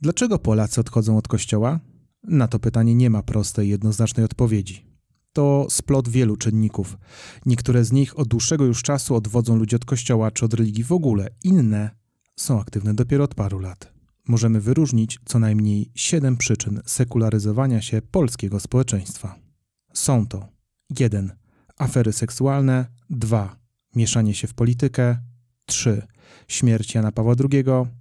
Dlaczego Polacy odchodzą od Kościoła? Na to pytanie nie ma prostej, jednoznacznej odpowiedzi. To splot wielu czynników. Niektóre z nich od dłuższego już czasu odwodzą ludzi od Kościoła czy od religii w ogóle. Inne są aktywne dopiero od paru lat. Możemy wyróżnić co najmniej 7 przyczyn sekularyzowania się polskiego społeczeństwa. Są to 1. Afery seksualne, 2. Mieszanie się w politykę, 3. Śmierć Jana Pawła II,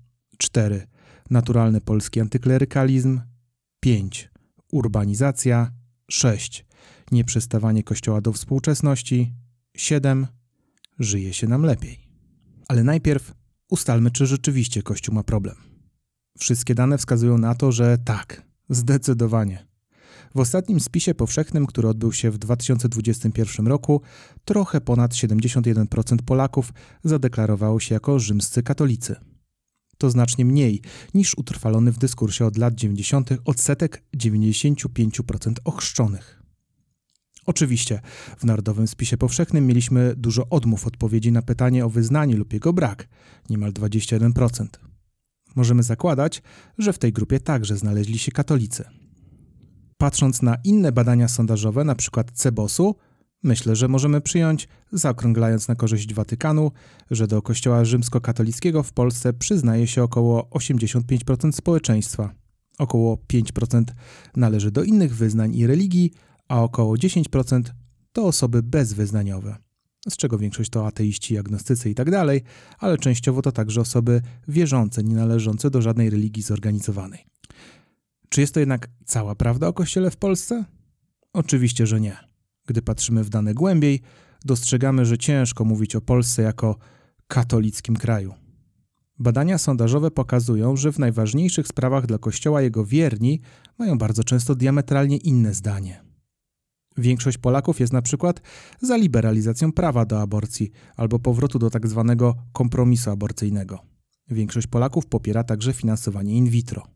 4. Naturalny polski antyklerykalizm, 5. Urbanizacja, 6. Nieprzystawanie Kościoła do współczesności, 7. Żyje się nam lepiej. Ale najpierw ustalmy, czy rzeczywiście Kościół ma problem. Wszystkie dane wskazują na to, że tak, zdecydowanie. W ostatnim spisie powszechnym, który odbył się w 2021 roku, trochę ponad 71% Polaków zadeklarowało się jako rzymscy katolicy. To znacznie mniej niż utrwalony w dyskursie od lat 90. odsetek 95% ochrzczonych. Oczywiście w Narodowym Spisie Powszechnym mieliśmy dużo odmów odpowiedzi na pytanie o wyznanie lub jego brak, niemal 21%. Możemy zakładać, że w tej grupie także znaleźli się katolicy. Patrząc na inne badania sondażowe, np. CBOS-u, myślę, że możemy przyjąć, zaokrąglając na korzyść Watykanu, że do Kościoła rzymskokatolickiego w Polsce przyznaje się około 85% społeczeństwa. Około 5% należy do innych wyznań i religii, a około 10% to osoby bezwyznaniowe, z czego większość to ateiści, agnostycy itd., ale częściowo to także osoby wierzące, nie należące do żadnej religii zorganizowanej. Czy jest to jednak cała prawda o Kościele w Polsce? Oczywiście, że nie. Gdy patrzymy w dane głębiej, dostrzegamy, że ciężko mówić o Polsce jako katolickim kraju. Badania sondażowe pokazują, że w najważniejszych sprawach dla Kościoła jego wierni mają bardzo często diametralnie inne zdanie. Większość Polaków jest na przykład za liberalizacją prawa do aborcji albo powrotu do tak zwanego kompromisu aborcyjnego. Większość Polaków popiera także finansowanie in vitro.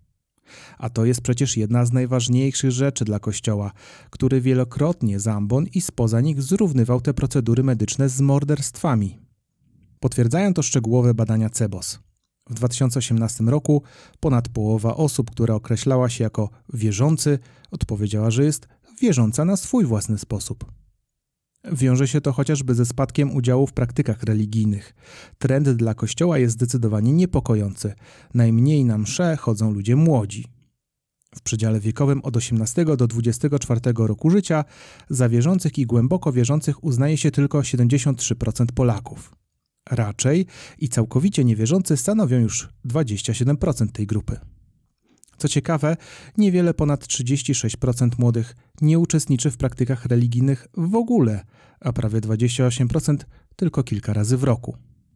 A to jest przecież jedna z najważniejszych rzeczy dla Kościoła, który wielokrotnie z ambon i spoza nich zrównywał te procedury medyczne z morderstwami. Potwierdzają to szczegółowe badania CBOS. W 2018 roku ponad połowa osób, która określała się jako wierzący, odpowiedziała, że jest wierząca na swój własny sposób. Wiąże się to chociażby ze spadkiem udziału w praktykach religijnych. Trend dla Kościoła jest zdecydowanie niepokojący. Najmniej na msze chodzą ludzie młodzi. W przedziale wiekowym od 18 do 24 roku życia za wierzących i głęboko wierzących uznaje się tylko 73% Polaków. Raczej i całkowicie niewierzący stanowią już 27% tej grupy. Co ciekawe, niewiele ponad 36% młodych nie uczestniczy w praktykach religijnych w ogóle, a prawie 28% tylko kilka razy w roku.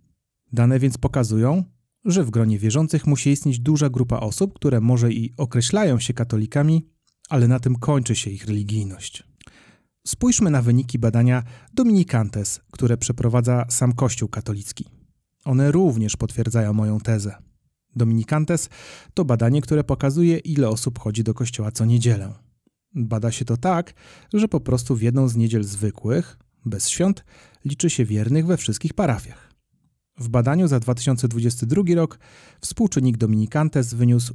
Dane więc pokazują, że w gronie wierzących musi istnieć duża grupa osób, które może i określają się katolikami, ale na tym kończy się ich religijność. Spójrzmy na wyniki badania Dominicantes, które przeprowadza sam Kościół katolicki. One również potwierdzają moją tezę. Dominicantes to badanie, które pokazuje, ile osób chodzi do kościoła co niedzielę. Bada się to tak, że po prostu w jedną z niedziel zwykłych, bez świąt, liczy się wiernych we wszystkich parafiach. W badaniu za 2022 rok współczynnik Dominicantes wyniósł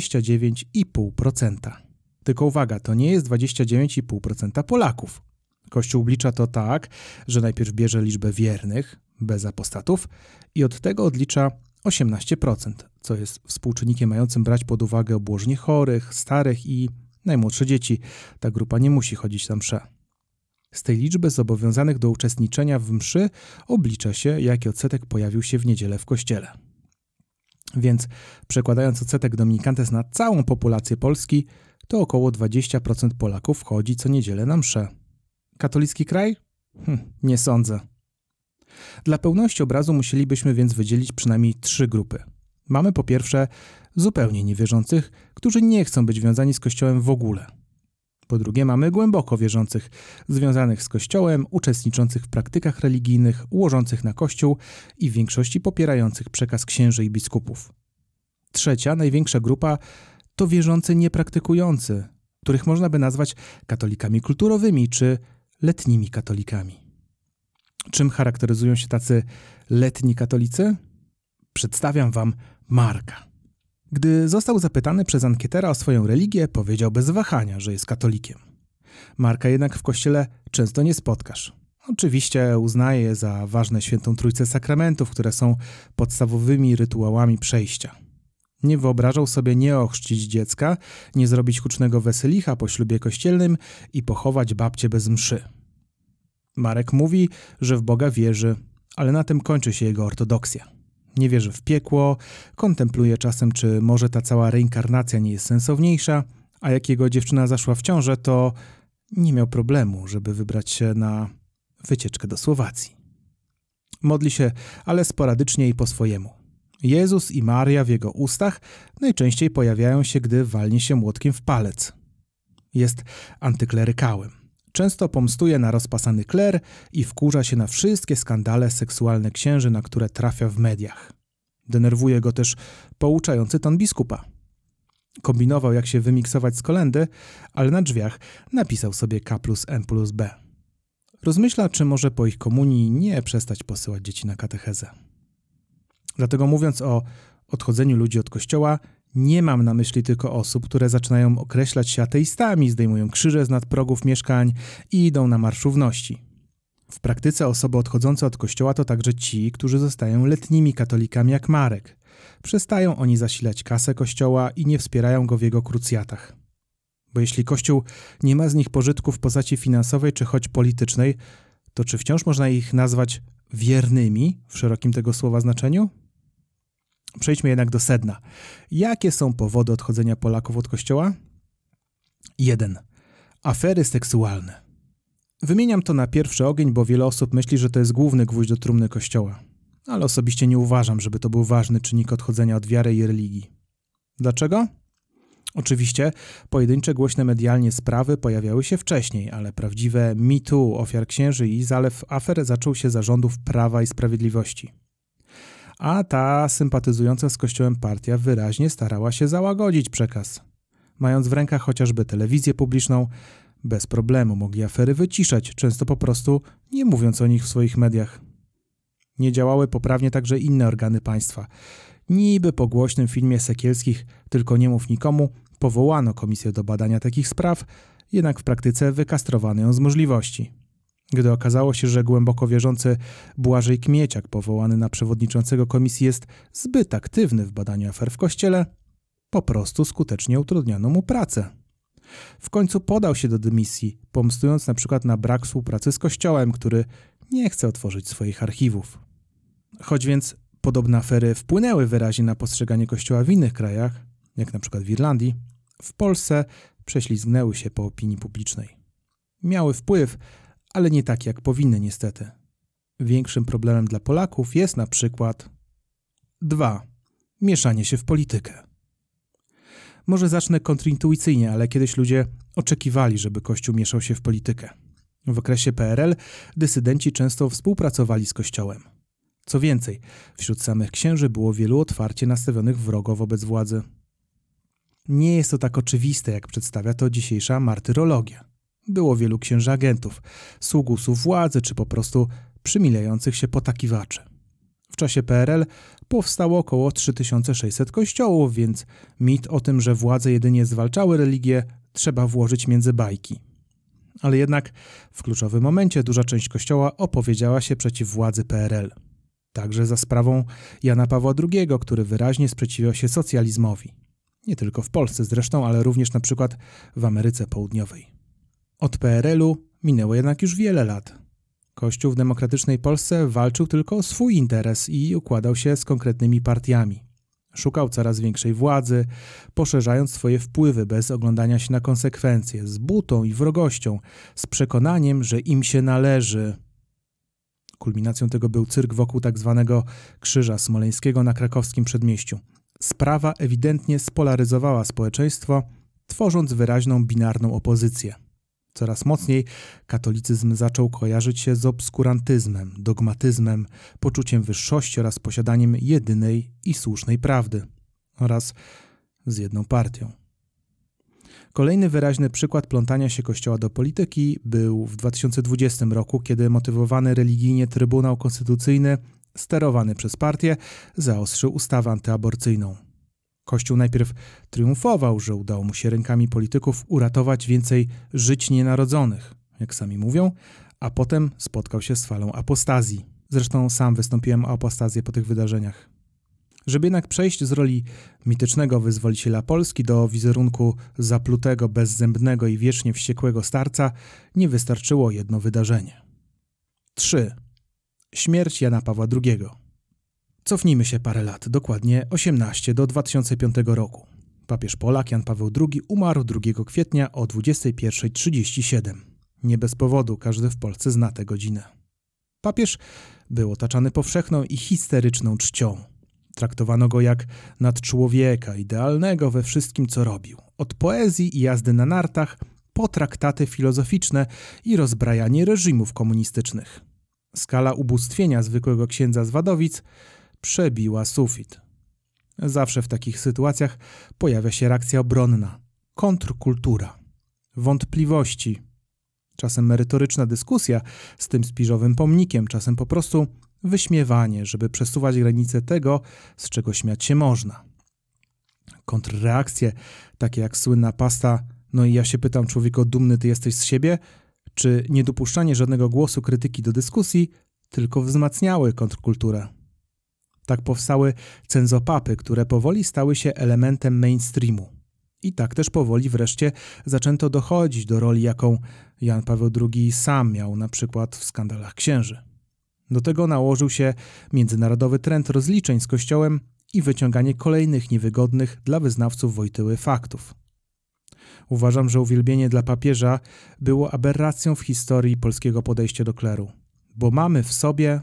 29,5%. Tylko uwaga, to nie jest 29,5% Polaków. Kościół oblicza to tak, że najpierw bierze liczbę wiernych, bez apostatów, i od tego odlicza 18%, co jest współczynnikiem mającym brać pod uwagę obłożnie chorych, starych i najmłodsze dzieci. Ta grupa nie musi chodzić na mszę. Z tej liczby zobowiązanych do uczestniczenia w mszy oblicza się, jaki odsetek pojawił się w niedzielę w kościele. Więc przekładając odsetek Dominicantes na całą populację Polski, to około 20% Polaków chodzi co niedzielę na mszę. Katolicki kraj? Nie sądzę. Dla pełności obrazu musielibyśmy więc wydzielić przynajmniej 3 grupy. Mamy po pierwsze zupełnie niewierzących, którzy nie chcą być wiązani z Kościołem w ogóle. Po drugie mamy głęboko wierzących, związanych z Kościołem, uczestniczących w praktykach religijnych, łożących na Kościół i w większości popierających przekaz księży i biskupów. Trzecia, największa grupa to wierzący niepraktykujący, których można by nazwać katolikami kulturowymi czy letnimi katolikami. Czym charakteryzują się tacy letni katolicy? Przedstawiam wam Marka. Gdy został zapytany przez ankietera o swoją religię, powiedział bez wahania, że jest katolikiem. Marka jednak w kościele często nie spotkasz. Oczywiście uznaje je za ważne Świętą Trójcę sakramentów, które są podstawowymi rytuałami przejścia. Nie wyobrażał sobie nie ochrzcić dziecka, nie zrobić hucznego weselicha po ślubie kościelnym i pochować babcię bez mszy. Marek mówi, że w Boga wierzy, ale na tym kończy się jego ortodoksja. Nie wierzy w piekło, kontempluje czasem, czy może ta cała reinkarnacja nie jest sensowniejsza, a jak jego dziewczyna zaszła w ciążę, to nie miał problemu, żeby wybrać się na wycieczkę do Słowacji. Modli się, ale sporadycznie i po swojemu. Jezus i Maria w jego ustach najczęściej pojawiają się, gdy walnie się młotkiem w palec. Jest antyklerykałem. Często pomstuje na rozpasany kler i wkurza się na wszystkie skandale seksualne księży, na które trafia w mediach. Denerwuje go też pouczający ton biskupa. Kombinował, jak się wymiksować z kolędy, ale na drzwiach napisał sobie K+M+B. Rozmyśla, czy może po ich komunii nie przestać posyłać dzieci na katechezę. Dlatego mówiąc o odchodzeniu ludzi od kościoła, nie mam na myśli tylko osób, które zaczynają określać się ateistami, zdejmują krzyże z nad progów mieszkań i idą na Marsz Równości. W praktyce osoby odchodzące od kościoła to także ci, którzy zostają letnimi katolikami jak Marek. Przestają oni zasilać kasę kościoła i nie wspierają go w jego krucjatach. Bo jeśli kościół nie ma z nich pożytku w postaci finansowej czy choć politycznej, to czy wciąż można ich nazwać wiernymi w szerokim tego słowa znaczeniu? Przejdźmy jednak do sedna. Jakie są powody odchodzenia Polaków od kościoła? 1. Afery seksualne. Wymieniam to na pierwszy ogień, bo wiele osób myśli, że to jest główny gwóźdź do trumny kościoła. Ale osobiście nie uważam, żeby to był ważny czynnik odchodzenia od wiary i religii. Dlaczego? Oczywiście pojedyncze głośne medialnie sprawy pojawiały się wcześniej, ale prawdziwe Me Too ofiar księży i zalew afer zaczął się za rządów Prawa i Sprawiedliwości. A ta sympatyzująca z Kościołem partia wyraźnie starała się załagodzić przekaz. Mając w rękach chociażby telewizję publiczną, bez problemu mogli afery wyciszać, często po prostu nie mówiąc o nich w swoich mediach. Nie działały poprawnie także inne organy państwa. Niby po głośnym filmie Sekielskich „Tylko nie mów nikomu” powołano komisję do badania takich spraw, jednak w praktyce wykastrowano ją z możliwości. Gdy okazało się, że głęboko wierzący Błażej Kmieciak, powołany na przewodniczącego komisji, jest zbyt aktywny w badaniu afer w kościele, po prostu skutecznie utrudniano mu pracę. W końcu podał się do dymisji, pomstując na przykład na brak współpracy z kościołem, który nie chce otworzyć swoich archiwów. Choć więc podobne afery wpłynęły wyraźnie na postrzeganie kościoła w innych krajach, jak na przykład w Irlandii, w Polsce prześlizgnęły się po opinii publicznej. Miały wpływ, ale nie taki, jak powinny niestety. Większym problemem dla Polaków jest na przykład 2. Mieszanie się w politykę. Może zacznę kontrintuicyjnie, ale kiedyś ludzie oczekiwali, żeby Kościół mieszał się w politykę. W okresie PRL dysydenci często współpracowali z Kościołem. Co więcej, wśród samych księży było wielu otwarcie nastawionych wrogo wobec władzy. Nie jest to tak oczywiste, jak przedstawia to dzisiejsza martyrologia. Było wielu księży agentów, sługusów władzy czy po prostu przymilających się potakiwaczy. W czasie PRL powstało około 3600 kościołów, więc mit o tym, że władze jedynie zwalczały religię, trzeba włożyć między bajki. Ale jednak w kluczowym momencie duża część kościoła opowiedziała się przeciw władzy PRL. Także za sprawą Jana Pawła II, który wyraźnie sprzeciwiał się socjalizmowi. Nie tylko w Polsce zresztą, ale również na przykład w Ameryce Południowej. Od PRL-u minęło jednak już wiele lat. Kościół w demokratycznej Polsce walczył tylko o swój interes i układał się z konkretnymi partiami. Szukał coraz większej władzy, poszerzając swoje wpływy bez oglądania się na konsekwencje, z butą i wrogością, z przekonaniem, że im się należy. Kulminacją tego był cyrk wokół tzw. Krzyża Smoleńskiego na krakowskim przedmieściu. Sprawa ewidentnie spolaryzowała społeczeństwo, tworząc wyraźną binarną opozycję. Coraz mocniej katolicyzm zaczął kojarzyć się z obskurantyzmem, dogmatyzmem, poczuciem wyższości oraz posiadaniem jedynej i słusznej prawdy oraz z jedną partią. Kolejny wyraźny przykład plątania się Kościoła do polityki był w 2020 roku, kiedy motywowany religijnie Trybunał Konstytucyjny, sterowany przez partię, zaostrzył ustawę antyaborcyjną. Kościół najpierw triumfował, że udało mu się rękami polityków uratować więcej żyć nienarodzonych, jak sami mówią, a potem spotkał się z falą apostazji. Zresztą sam wystąpiłem o apostazję po tych wydarzeniach. Żeby jednak przejść z roli mitycznego wyzwoliciela Polski do wizerunku zaplutego, bezzębnego i wiecznie wściekłego starca, nie wystarczyło jedno wydarzenie. 3. Śmierć Jana Pawła II. Cofnijmy się parę lat, dokładnie 18 do 2005 roku. Papież Polak Jan Paweł II umarł 2 kwietnia o 21:37. Nie bez powodu każdy w Polsce zna tę godzinę. Papież był otaczany powszechną i histeryczną czcią. Traktowano go jak nadczłowieka, idealnego we wszystkim, co robił. Od poezji i jazdy na nartach po traktaty filozoficzne i rozbrajanie reżimów komunistycznych. Skala ubóstwienia zwykłego księdza z Wadowic przebiła sufit. Zawsze w takich sytuacjach pojawia się reakcja obronna, kontrkultura, wątpliwości, czasem merytoryczna dyskusja z tym spiżowym pomnikiem, czasem po prostu wyśmiewanie, żeby przesuwać granice tego, z czego śmiać się można. Kontrreakcje, takie jak słynna pasta "no i ja się pytam, człowieku, dumny ty jesteś z siebie", czy niedopuszczanie żadnego głosu krytyki do dyskusji, tylko wzmacniały kontrkulturę. Tak powstały cenzopapy, które powoli stały się elementem mainstreamu. I tak też powoli wreszcie zaczęto dochodzić do roli, jaką Jan Paweł II sam miał na przykład w skandalach księży. Do tego nałożył się międzynarodowy trend rozliczeń z Kościołem i wyciąganie kolejnych niewygodnych dla wyznawców Wojtyły faktów. Uważam, że uwielbienie dla papieża było aberracją w historii polskiego podejścia do kleru, bo mamy w sobie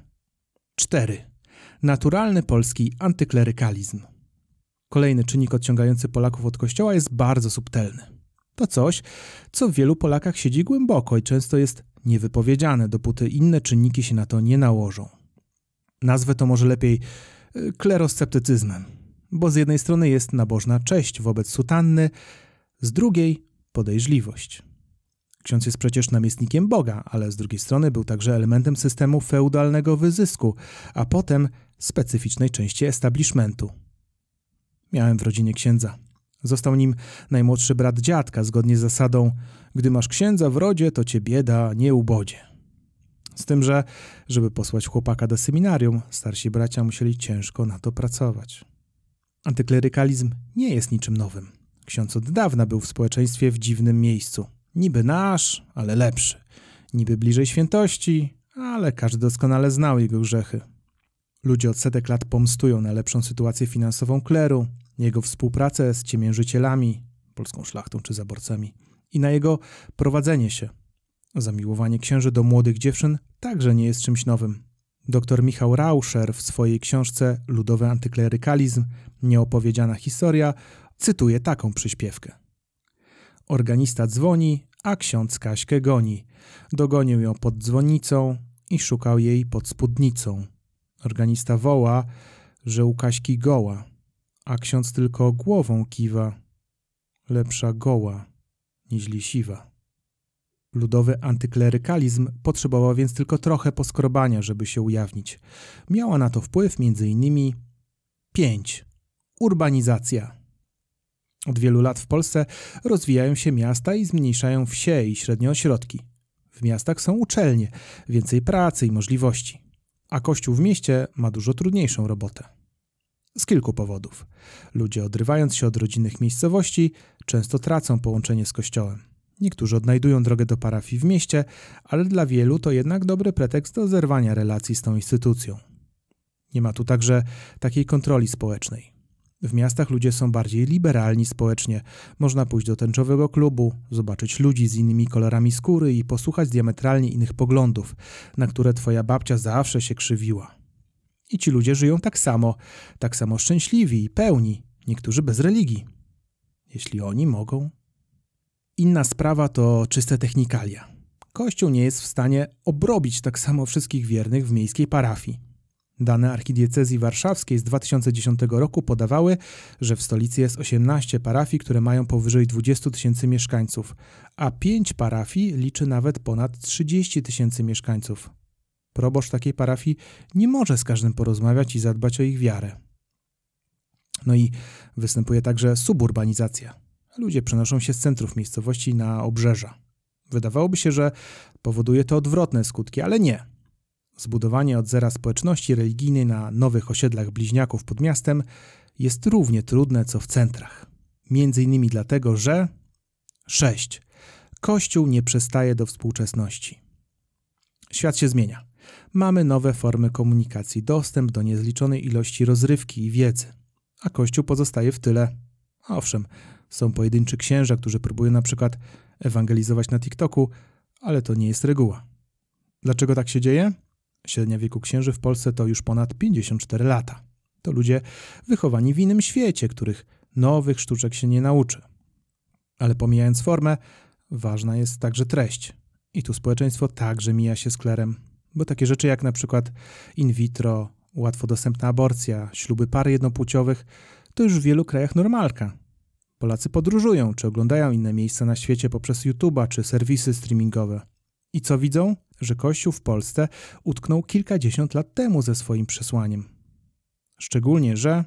4. Naturalny polski antyklerykalizm. Kolejny czynnik odciągający Polaków od Kościoła jest bardzo subtelny. To coś, co w wielu Polakach siedzi głęboko i często jest niewypowiedziane, dopóty inne czynniki się na to nie nałożą. Nazwę to może lepiej klerosceptycyzmem, bo z jednej strony jest nabożna cześć wobec sutanny, z drugiej podejrzliwość. Ksiądz jest przecież namiestnikiem Boga, ale z drugiej strony był także elementem systemu feudalnego wyzysku, a potem specyficznej części establishmentu. Miałem w rodzinie księdza. Został nim najmłodszy brat dziadka, zgodnie z zasadą "gdy masz księdza w rodzie, to cię bieda nie ubodzie". Z tym, że żeby posłać chłopaka do seminarium, starsi bracia musieli ciężko na to pracować. Antyklerykalizm nie jest niczym nowym. Ksiądz od dawna był w społeczeństwie w dziwnym miejscu. Niby nasz, ale lepszy. Niby bliżej świętości, ale każdy doskonale znał jego grzechy. Ludzie od setek lat pomstują na lepszą sytuację finansową kleru, jego współpracę z ciemiężycielami, polską szlachtą czy zaborcami i na jego prowadzenie się. Zamiłowanie księży do młodych dziewczyn także nie jest czymś nowym. Dr Michał Rauscher w swojej książce Ludowy antyklerykalizm – nieopowiedziana historia cytuje taką przyśpiewkę. Organista dzwoni, a ksiądz Kaśkę goni. Dogonił ją pod dzwonnicą i szukał jej pod spódnicą. Organista woła, że u Kaśki goła, a ksiądz tylko głową kiwa. Lepsza goła, niźli siwa. Ludowy antyklerykalizm potrzebował więc tylko trochę poskrobania, żeby się ujawnić. Miała na to wpływ m.in. 5. Urbanizacja. Od wielu lat w Polsce rozwijają się miasta i zmniejszają wsie i średnie ośrodki. W miastach są uczelnie, więcej pracy i możliwości. A Kościół w mieście ma dużo trudniejszą robotę. Z kilku powodów. Ludzie, odrywając się od rodzinnych miejscowości, często tracą połączenie z Kościołem. Niektórzy odnajdują drogę do parafii w mieście, ale dla wielu to jednak dobry pretekst do zerwania relacji z tą instytucją. Nie ma tu także takiej kontroli społecznej. W miastach ludzie są bardziej liberalni społecznie. Można pójść do tęczowego klubu, zobaczyć ludzi z innymi kolorami skóry i posłuchać diametralnie innych poglądów, na które twoja babcia zawsze się krzywiła. I ci ludzie żyją tak samo szczęśliwi i pełni, niektórzy bez religii. Jeśli oni mogą. Inna sprawa to czyste technikalia. Kościół nie jest w stanie obrobić tak samo wszystkich wiernych w miejskiej parafii. Dane archidiecezji warszawskiej z 2010 roku podawały, że w stolicy jest 18 parafii, które mają powyżej 20 000 mieszkańców, a 5 parafii liczy nawet ponad 30 000 mieszkańców. Proboszcz takiej parafii nie może z każdym porozmawiać i zadbać o ich wiarę. No i występuje także suburbanizacja. Ludzie przenoszą się z centrów miejscowości na obrzeża. Wydawałoby się, że powoduje to odwrotne skutki, ale nie. Zbudowanie od zera społeczności religijnej na nowych osiedlach bliźniaków pod miastem jest równie trudne co w centrach. Między innymi dlatego, że 6. Kościół nie przystaje do współczesności. Świat się zmienia. Mamy nowe formy komunikacji, dostęp do niezliczonej ilości rozrywki i wiedzy, a Kościół pozostaje w tyle. Owszem, są pojedynczy księża, którzy próbują na przykład ewangelizować na TikToku, ale to nie jest reguła. Dlaczego tak się dzieje? Średnia wieku księży w Polsce to już ponad 54 lata. To ludzie wychowani w innym świecie, których nowych sztuczek się nie nauczy. Ale pomijając formę, ważna jest także treść. I tu społeczeństwo także mija się z klerem, bo takie rzeczy jak na przykład in vitro, łatwo dostępna aborcja, śluby par jednopłciowych to już w wielu krajach normalka. Polacy podróżują czy oglądają inne miejsca na świecie poprzez YouTube'a czy serwisy streamingowe. I co widzą? Że Kościół w Polsce utknął kilkadziesiąt lat temu ze swoim przesłaniem. Szczególnie, że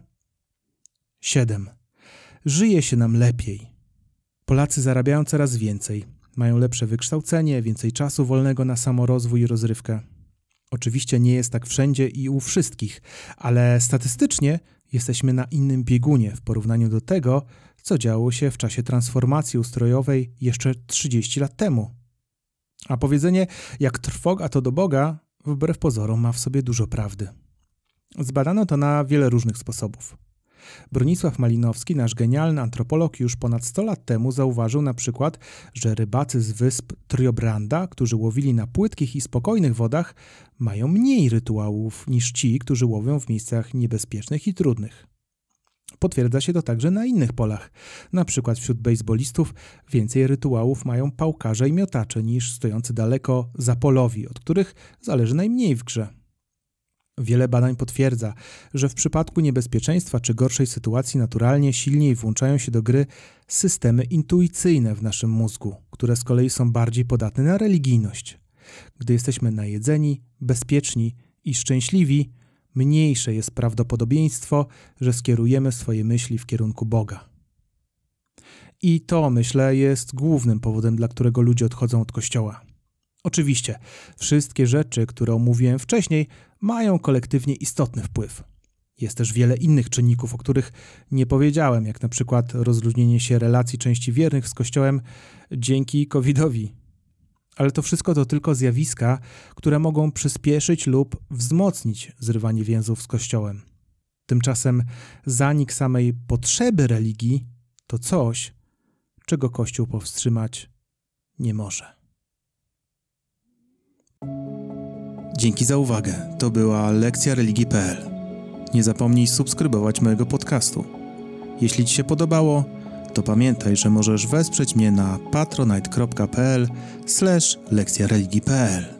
7. Żyje się nam lepiej. Polacy zarabiają coraz więcej, mają lepsze wykształcenie, więcej czasu wolnego na samorozwój i rozrywkę. Oczywiście nie jest tak wszędzie i u wszystkich, ale statystycznie jesteśmy na innym biegunie w porównaniu do tego, co działo się w czasie transformacji ustrojowej jeszcze 30 lat temu. A powiedzenie, jak trwoga to do Boga, wbrew pozorom ma w sobie dużo prawdy. Zbadano to na wiele różnych sposobów. Bronisław Malinowski, nasz genialny antropolog, już ponad 100 lat temu zauważył na przykład, że rybacy z wysp Triobranda, którzy łowili na płytkich i spokojnych wodach, mają mniej rytuałów niż ci, którzy łowią w miejscach niebezpiecznych i trudnych. Potwierdza się to także na innych polach. Na przykład wśród bejsbolistów więcej rytuałów mają pałkarze i miotacze niż stojący daleko zapolowi, od których zależy najmniej w grze. Wiele badań potwierdza, że w przypadku niebezpieczeństwa czy gorszej sytuacji naturalnie silniej włączają się do gry systemy intuicyjne w naszym mózgu, które z kolei są bardziej podatne na religijność. Gdy jesteśmy najedzeni, bezpieczni i szczęśliwi, mniejsze jest prawdopodobieństwo, że skierujemy swoje myśli w kierunku Boga. I to, myślę, jest głównym powodem, dla którego ludzie odchodzą od Kościoła. Oczywiście, wszystkie rzeczy, które omówiłem wcześniej, mają kolektywnie istotny wpływ. Jest też wiele innych czynników, o których nie powiedziałem, jak na przykład rozluźnienie się relacji części wiernych z Kościołem dzięki COVID-owi. Ale to wszystko to tylko zjawiska, które mogą przyspieszyć lub wzmocnić zrywanie więzów z Kościołem. Tymczasem zanik samej potrzeby religii to coś, czego Kościół powstrzymać nie może. Dzięki za uwagę. To była lekcja religii.pl. Nie zapomnij subskrybować mojego podcastu. Jeśli Ci się podobało, to pamiętaj, że możesz wesprzeć mnie na patronite.pl/lekcjareligii.pl.